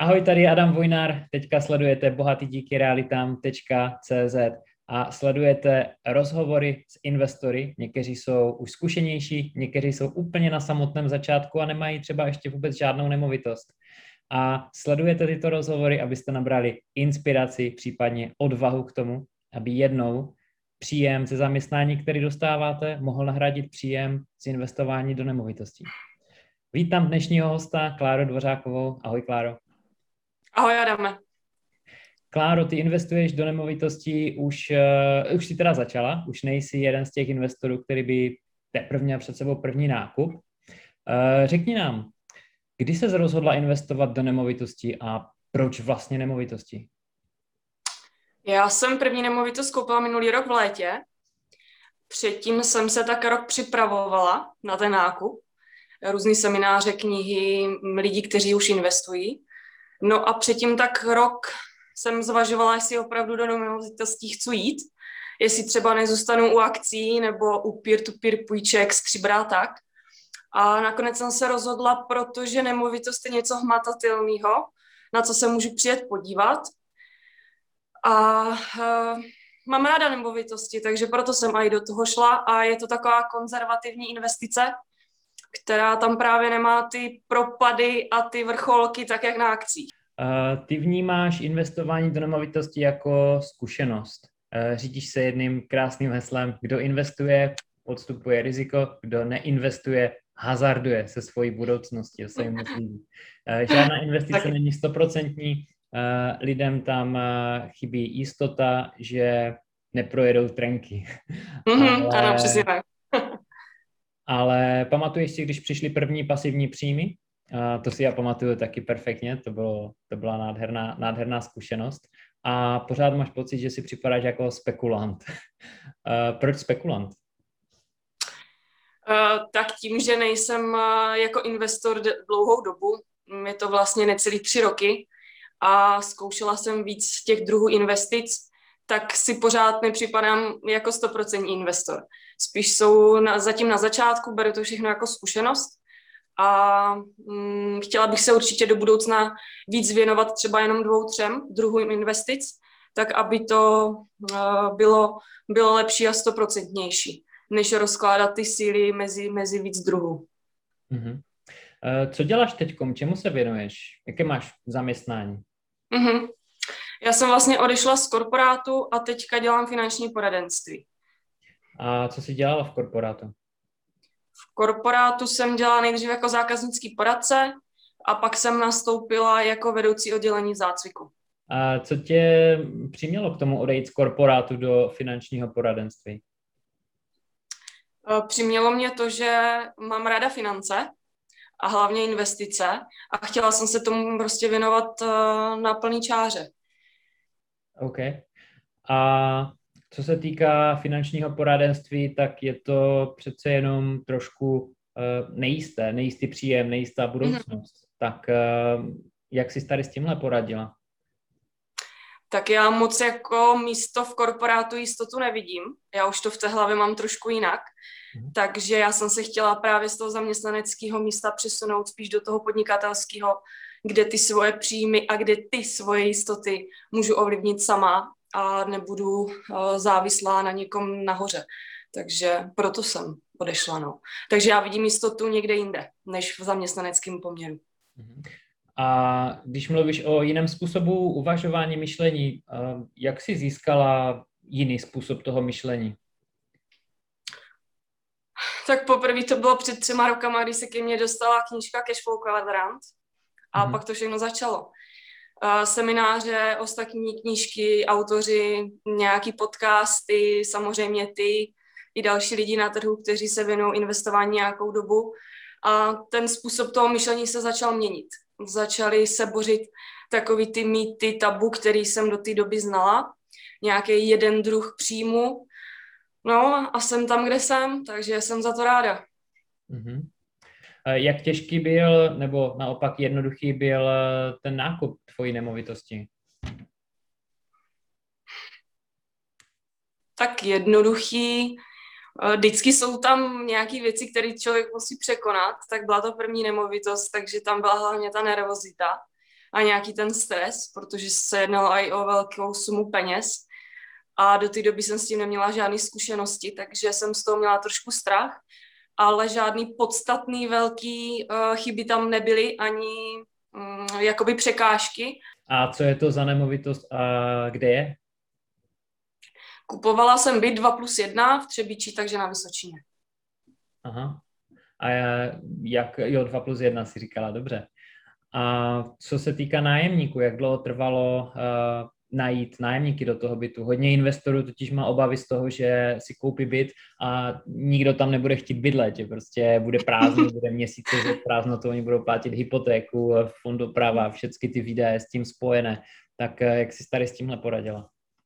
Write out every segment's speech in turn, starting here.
Ahoj, tady je Adam Vojnár, teďka sledujete bohatydíkyrealitám.cz a sledujete rozhovory s investory. Někteří jsou už zkušenější, někteří jsou úplně na samotném začátku a nemají třeba ještě vůbec žádnou nemovitost. A sledujete tyto rozhovory, abyste nabrali inspiraci, případně odvahu k tomu, aby jednou příjem ze zaměstnání, který dostáváte, mohl nahradit příjem z investování do nemovitostí. Vítám dnešního hosta, Kláru Dvořákovou. Ahoj, Kláro. Ahoj, Adame. Kláro, ty investuješ do nemovitostí, už jsi teda začala, už nejsi jeden z těch investorů, který by teprve měl před sebou první nákup. Řekni nám, kdy ses rozhodla investovat do nemovitostí a proč vlastně nemovitosti? Já jsem první nemovitost koupila minulý rok v létě. Předtím jsem se tak rok připravovala na ten nákup. Různý semináře, knihy, lidi, kteří už investují. No a předtím tak rok jsem zvažovala, jestli opravdu do nemovitostí chci jít, jestli třeba nezůstanu u akcí nebo u peer-to-peer půjček, stříbra tak. A nakonec jsem se rozhodla, protože nemovitost je něco hmatatelného, na co se můžu přijet podívat. A mám ráda nemovitosti, takže proto jsem i do toho šla a je to taková konzervativní investice, která tam právě nemá ty propady a ty vrcholky tak, jak na akcích. Ty vnímáš investování do nemovitosti jako zkušenost. Řídíš se jedním krásným heslem, kdo investuje, podstupuje riziko, kdo neinvestuje, hazarduje se svojí budoucností. Žádná investice není 100%, lidem tam chybí jistota, že neprojedou trenky. Ano, přesně tak. Ale pamatuješ si, když přišly první pasivní příjmy? To si já pamatuju taky perfektně, to byla nádherná zkušenost. A pořád máš pocit, že si připadáš jako spekulant. Proč spekulant? Tak tím, že nejsem jako investor dlouhou dobu, je to vlastně necelý 3 roky a zkoušela jsem víc těch druhů investic, tak si pořád nepřipadám jako 100% investor. Spíš jsou zatím na začátku, beru to všechno jako zkušenost a chtěla bych se určitě do budoucna víc věnovat třeba jenom 2-3 druhům investic, tak aby to bylo lepší a 100%nější, než rozkládat ty síly mezi víc druhů. Mm-hmm. Co děláš teďkom? Čemu se věnuješ? Jaké máš zaměstnání? Mm-hmm. Já jsem vlastně odešla z korporátu a teďka dělám finanční poradenství. A co jsi dělala v korporátu? V korporátu jsem dělala nejdřív jako zákaznický poradce a pak jsem nastoupila jako vedoucí oddělení v zácviku. A co tě přimělo k tomu odejít z korporátu do finančního poradenství? Přimělo mě to, že mám ráda finance a hlavně investice a chtěla jsem se tomu prostě věnovat na plný čáře. OK. A co se týká finančního poradenství, tak je to přece jenom trošku nejistý příjem, nejistá budoucnost. Tak jak jsi tady s tímhle poradila? Tak já moc jako místo v korporátu jistotu nevidím. Já už to v té hlavě mám trošku jinak. Takže já jsem se chtěla právě z toho zaměstnaneckého místa přesunout spíš do toho podnikatelského, kde ty svoje příjmy a kde ty svoje jistoty můžu ovlivnit sama a nebudu závislá na někom nahoře. Takže proto jsem odešla. No. Takže já vidím jistotu někde jinde, než v zaměstnaneckém poměru. A když mluvíš o jiném způsobu uvažování myšlení, jak jsi získala jiný způsob toho myšlení? Tak poprvé to bylo před 3 rokama, když se ke mně dostala knížka Cashflow Kvadrant a pak to všechno začalo. Semináře, ostatní knížky, autoři, nějaký podcasty, samozřejmě ty i další lidi na trhu, kteří se věnují investování nějakou dobu. A ten způsob toho myšlení se začal měnit. Začaly se bořit takový ty mýty, tabu, který jsem do té doby znala. Nějaký jeden druh příjmu. No a jsem tam, kde jsem, takže jsem za to ráda. Mm-hmm. Jak těžký byl, nebo naopak jednoduchý byl ten nákup tvojí nemovitosti? Tak jednoduchý. Vždycky jsou tam nějaké věci, které člověk musí překonat. Tak byla to první nemovitost, takže tam byla hlavně ta nervozita. a nějaký ten stres, protože se jednalo i o velkou sumu peněz a do té doby jsem s tím neměla žádné zkušenosti, takže jsem z toho měla trošku strach, ale žádný podstatný velký chyby tam nebyly ani jakoby překážky. A co je to za nemovitost a kde je? Kupovala jsem byt 2+1 v Třebíči, takže na Vysočině. Aha. A jak, jo, 2+1 si říkala, dobře. A co se týká nájemníků, jak dlouho trvalo najít nájemníky do toho bytu? Hodně investorů totiž má obavy z toho, že si koupí byt a nikdo tam nebude chtít bydlet, že prostě bude prázdný, bude měsíce za prázdnotu, oni budou platit hypotéku, fond doprava, všechny ty výdaje s tím spojené. Tak jak jsi tady s tímhle poradila?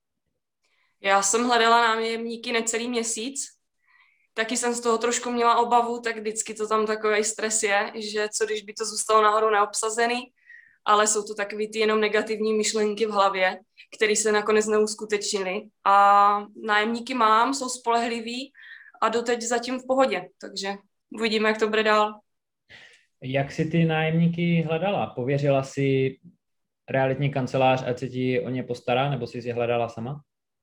Já jsem hledala nájemníky necelý měsíc, taky jsem z toho trošku měla obavu, tak vždycky to tam takový stres je, že co když by to zůstalo náhodou neobsazený, ale jsou to takový ty jenom negativní myšlenky v hlavě, které se nakonec neuskutečnily. A nájemníky mám, jsou spolehliví a doteď zatím v pohodě, takže uvidíme, jak to bude dál. Jak jsi ty nájemníky hledala? Pověřila si realitní kancelář, ať se ti o ně postará, nebo jsi je hledala sama?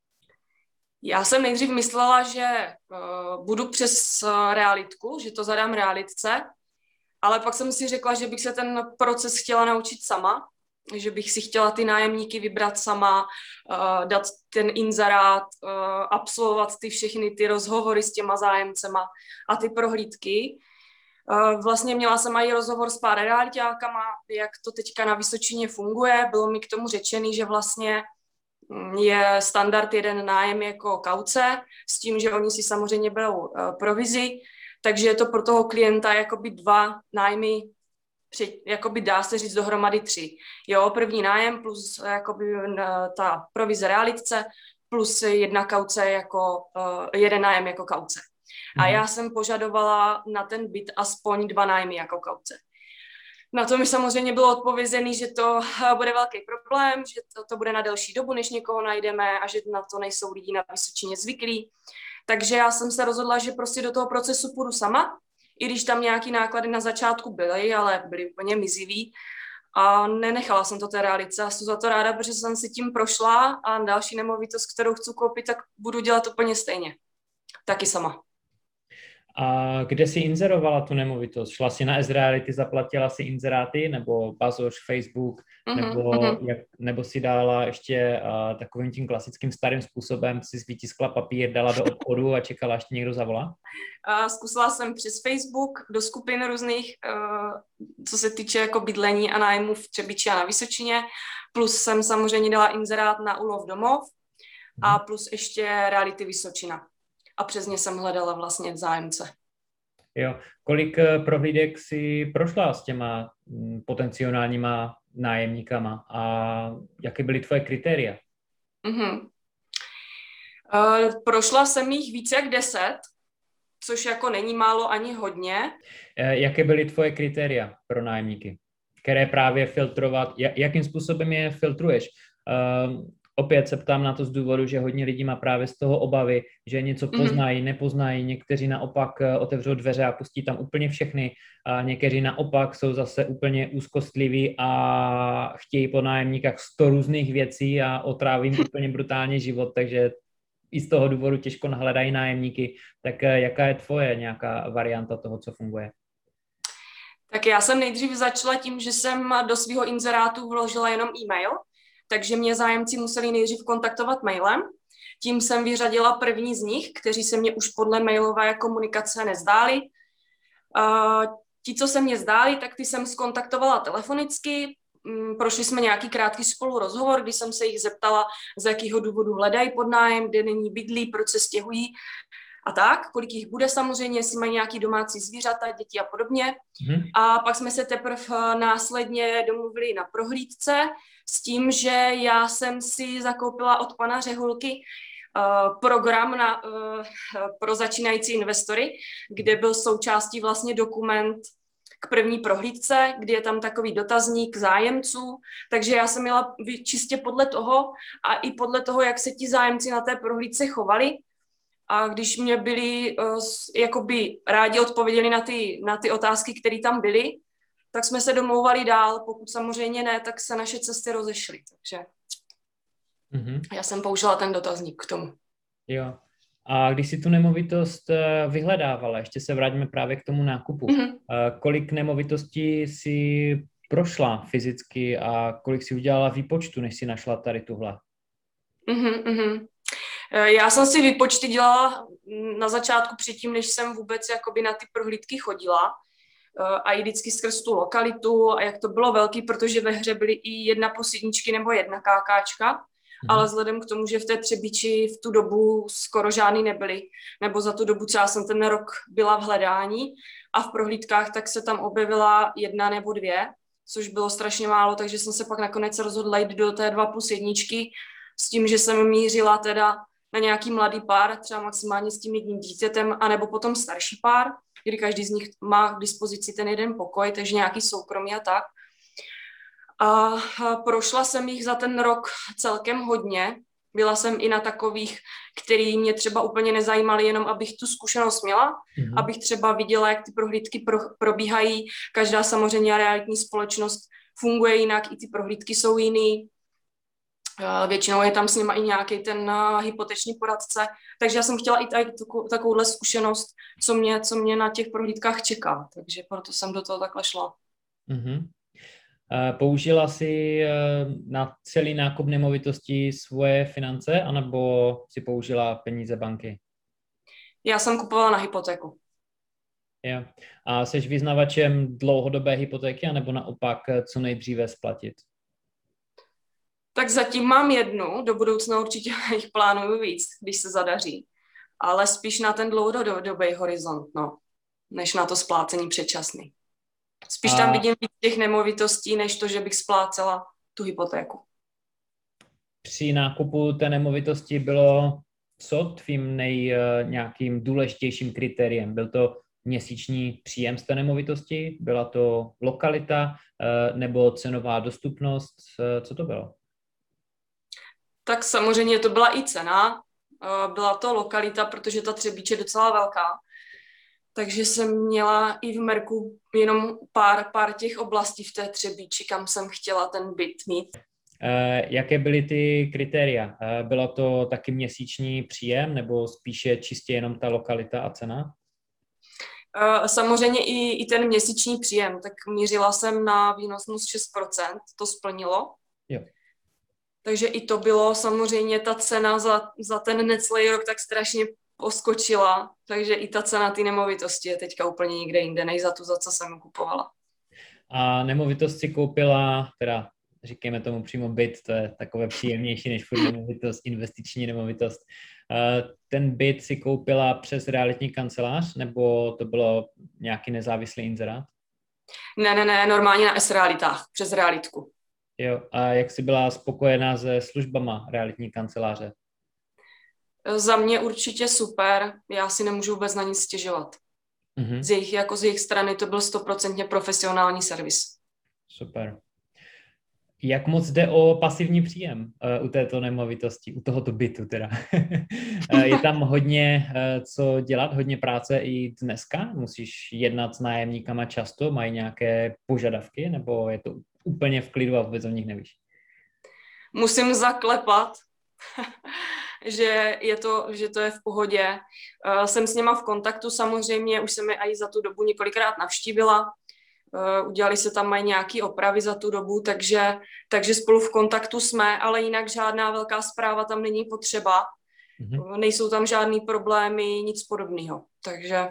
Já jsem nejdřív myslela, že budu přes realitku, že to zadám realitce, ale pak jsem si řekla, že bych se ten proces chtěla naučit sama, že bych si chtěla ty nájemníky vybrat sama, dát ten inzerát, absolvovat všechny ty rozhovory s těma zájemcema a ty prohlídky. Vlastně měla jsem i rozhovor s pár realitákama, jak to teďka na Vysočině funguje. Bylo mi k tomu řečený, že vlastně je standard jeden nájem jako kauce, s tím, že oni si samozřejmě berou provizi, takže je to pro toho klienta jakoby 2 nájmy, jakoby dá se říct dohromady 3. Jo, první nájem plus jakoby ta provize realitce plus jedna kauce jako, jeden nájem jako kauce. A já jsem požadovala na ten byt aspoň 2 nájmy jako kauce. Na to mi samozřejmě bylo odpovězené, že to bude velký problém, že to bude na delší dobu, než někoho najdeme a že na to nejsou lidi na Vysočině zvyklí. Takže já jsem se rozhodla, že prostě do toho procesu půjdu sama, i když tam nějaký náklady na začátku byly, ale byly úplně mizivý. A nenechala jsem to té realice a jsem za to ráda, protože jsem si tím prošla a další nemovitost, kterou chci koupit, tak budu dělat úplně stejně. Taky sama. A kde jsi inzerovala tu nemovitost? Šla si na S-Reality, zaplatila si inzeráty, nebo Bazoš, Facebook, nebo si dala ještě takovým tím klasickým starým způsobem, si vytiskla papír, dala do obchodu a čekala, až ti někdo zavolá? Zkusila jsem přes Facebook do skupin různých, co se týče jako bydlení a nájmu v Třebíči a na Vysočině, plus jsem samozřejmě dala inzerát na Ulov domov a plus ještě Reality Vysočina. A přes ně jsem hledala vlastně zájemce. Jo. Kolik prohlídek si prošla s těma potenciálníma nájemníkama a jaké byly tvoje kritéria? Prošla jsem jich více jak 10, což jako není málo ani hodně. Jaké byly tvoje kritéria pro nájemníky? Které právě filtrovat, jakým způsobem je filtruješ? Opět se ptám na to z důvodu, že hodně lidí má právě z toho obavy, že něco poznají, nepoznají, někteří naopak otevřou dveře a pustí tam úplně všechny, a někteří naopak jsou zase úplně úzkostliví a chtějí po nájemníkách 100 různých věcí a otráví jim úplně brutálně život, takže i z toho důvodu těžko nahledají nájemníky. Tak jaká je tvoje nějaká varianta toho, co funguje? Tak já jsem nejdřív začala tím, že jsem do svého inzerátu vložila jenom e-mail, takže mě zájemci museli nejdřív kontaktovat mailem. Tím jsem vyřadila první z nich, kteří se mě už podle mailové komunikace nezdáli. Ti, co se mě zdáli, tak ty jsem skontaktovala telefonicky. Prošli jsme nějaký krátký spolu rozhovor, kdy jsem se jich zeptala, z jakého důvodu hledají podnájem, kde není bydlí, proč se stěhují a tak, kolik jich bude samozřejmě, jestli mají nějaký domácí zvířata, děti a podobně. A pak jsme se teprve následně domluvili na prohlídce s tím, že já jsem si zakoupila od pana Řehulky program pro začínající investory, kde byl součástí vlastně dokument k první prohlídce, kdy je tam takový dotazník zájemců, takže já jsem měla čistě podle toho a i podle toho, jak se ti zájemci na té prohlídce chovali. A když mě byli jakoby rádi odpověděli na ty otázky, které tam byly, tak jsme se domlouvali dál, pokud samozřejmě ne, tak se naše cesty rozešly, takže já jsem použila ten dotazník k tomu. Jo. A když si tu nemovitost vyhledávala, ještě se vrátíme právě k tomu nákupu, kolik nemovitostí si prošla fyzicky a kolik si udělala výpočtu, než si našla tady tuhle? Já jsem si výpočty dělala na začátku předtím, než jsem vůbec jakoby na ty prohlídky chodila a i vždycky skrz tu lokalitu a jak to bylo velký, protože ve hře byly i 1+1 nebo 1 KKčka, ale vzhledem k tomu, že v té Třebíči v tu dobu skoro žádný nebyly, nebo za tu dobu, co já jsem ten rok byla v hledání a v prohlídkách, tak se tam objevila 1 nebo 2, což bylo strašně málo, takže jsem se pak nakonec rozhodla jít do té 2+1 s tím, že jsem mířila teda na nějaký mladý pár, třeba maximálně s tím jedním dítětem, anebo potom starší pár, kdy každý z nich má k dispozici ten jeden pokoj, takže nějaký soukromí a tak. A prošla jsem jich za ten rok celkem hodně. Byla jsem i na takových, který mě třeba úplně nezajímaly, jenom abych tu zkušenost měla, abych třeba viděla, jak ty prohlídky probíhají. Každá samozřejmě realitní společnost funguje jinak, i ty prohlídky jsou jiný. Většinou je tam s nima i nějaký ten hypoteční poradce, takže já jsem chtěla i takovouhle zkušenost, co mě na těch prohlídkách čeká, takže proto jsem do toho takhle šla. Použila si na celý nákup nemovitosti svoje finance, anebo si použila peníze banky? Já jsem kupovala na hypotéku. Jo. A jsi vyznavačem dlouhodobé hypotéky, anebo naopak co nejdříve splatit? Tak zatím mám 1, do budoucna určitě jich plánuju víc, když se zadaří. Ale spíš na ten dlouhodobý horizont, než na to splácení předčasný. Spíš tam vidím víc těch nemovitostí, než to, že bych splácela tu hypotéku. Při nákupu té nemovitosti bylo co tvým nějakým důležitějším kritériem? Byl to měsíční příjem z té nemovitosti? Byla to lokalita nebo cenová dostupnost? Co to bylo? Tak samozřejmě to byla i cena, byla to lokalita, protože ta Třebíč je docela velká, takže jsem měla i v merku jenom pár těch oblastí v té Třebíči, kam jsem chtěla ten byt mít. Jaké byly ty kritéria? Bylo to taky měsíční příjem nebo spíše čistě jenom ta lokalita a cena? Samozřejmě i ten měsíční příjem, tak mířila jsem na výnosnost 6%, to splnilo. Jo. Takže i to bylo samozřejmě, ta cena za ten necelý rok tak strašně poskočila, takže i ta cena té nemovitosti je teďka úplně někde jinde, než za co jsem kupovala. A nemovitost si koupila, teda říkáme tomu přímo byt, to je takové příjemnější než furt nemovitost, investiční nemovitost. Ten byt si koupila přes realitní kancelář, nebo to bylo nějaký nezávislý inzerát? Ne, normálně na S-realitách, přes realitku. Jo, a jak jsi byla spokojená se službama realitní kanceláře? Za mě určitě super, já si nemůžu vůbec na nic stěžovat. Z jejich strany to byl 100% profesionální servis. Super. Jak moc jde o pasivní příjem u této nemovitosti, u tohoto bytu teda? Je tam hodně co dělat, hodně práce i dneska? Musíš jednat s nájemníkama často, mají nějaké požadavky, nebo je to úplně v klidu a vůbec o nich nevíš? Musím zaklepat, že to je v pohodě. Jsem s něma v kontaktu samozřejmě, už jsem je i za tu dobu několikrát navštívila. Udělali se tam mají nějaké opravy za tu dobu, takže spolu v kontaktu jsme, ale jinak žádná velká zpráva tam není potřeba. Nejsou tam žádný problémy, nic podobného. Takže...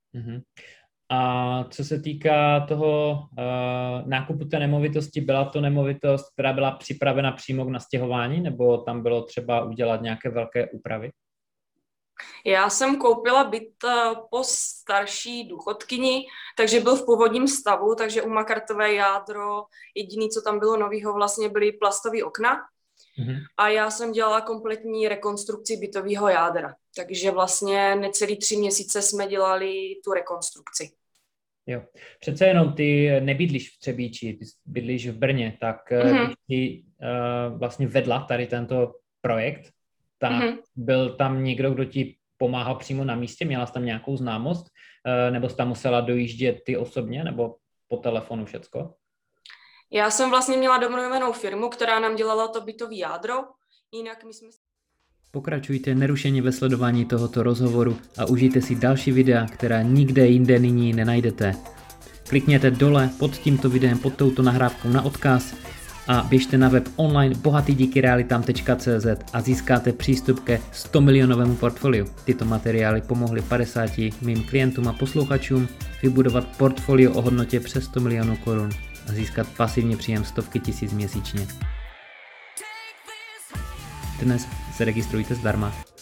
A co se týká toho nákupu té nemovitosti, byla to nemovitost, která byla připravena přímo k nastěhování, nebo tam bylo třeba udělat nějaké velké úpravy? Já jsem koupila byt po starší důchodkyni, takže byl v původním stavu, takže umakartové jádro, jediné, co tam bylo novýho, vlastně byly plastové okna. A já jsem dělala kompletní rekonstrukci bytového jádra. Takže vlastně necelý 3 měsíce jsme dělali tu rekonstrukci. Jo. Přece jenom ty nebydlíš v Třebíči, ty bydlíš v Brně, tak když ty vlastně vedla tady tento projekt, tak byl tam někdo, kdo ti pomáhal přímo na místě? Měla jsi tam nějakou známost? Nebo jsi tam musela dojíždět ty osobně? Nebo po telefonu všecko? Já jsem vlastně měla domluvenou firmu, která nám dělala to bytový jádro, jinak my jsme... Pokračujte nerušeně ve sledování tohoto rozhovoru a užijte si další videa, která nikde jinde nyní nenajdete. Klikněte dole pod tímto videem, pod touto nahrávkou na odkaz a běžte na web online bohatydíkyrealitám.cz a získáte přístup ke 100 milionovému portfoliu. Tyto materiály pomohly 50 mým klientům a posluchačům vybudovat portfolio o hodnotě přes 100 milionů korun a získat pasivní příjem stovky tisíc měsíčně. Dnes se registrujte zdarma.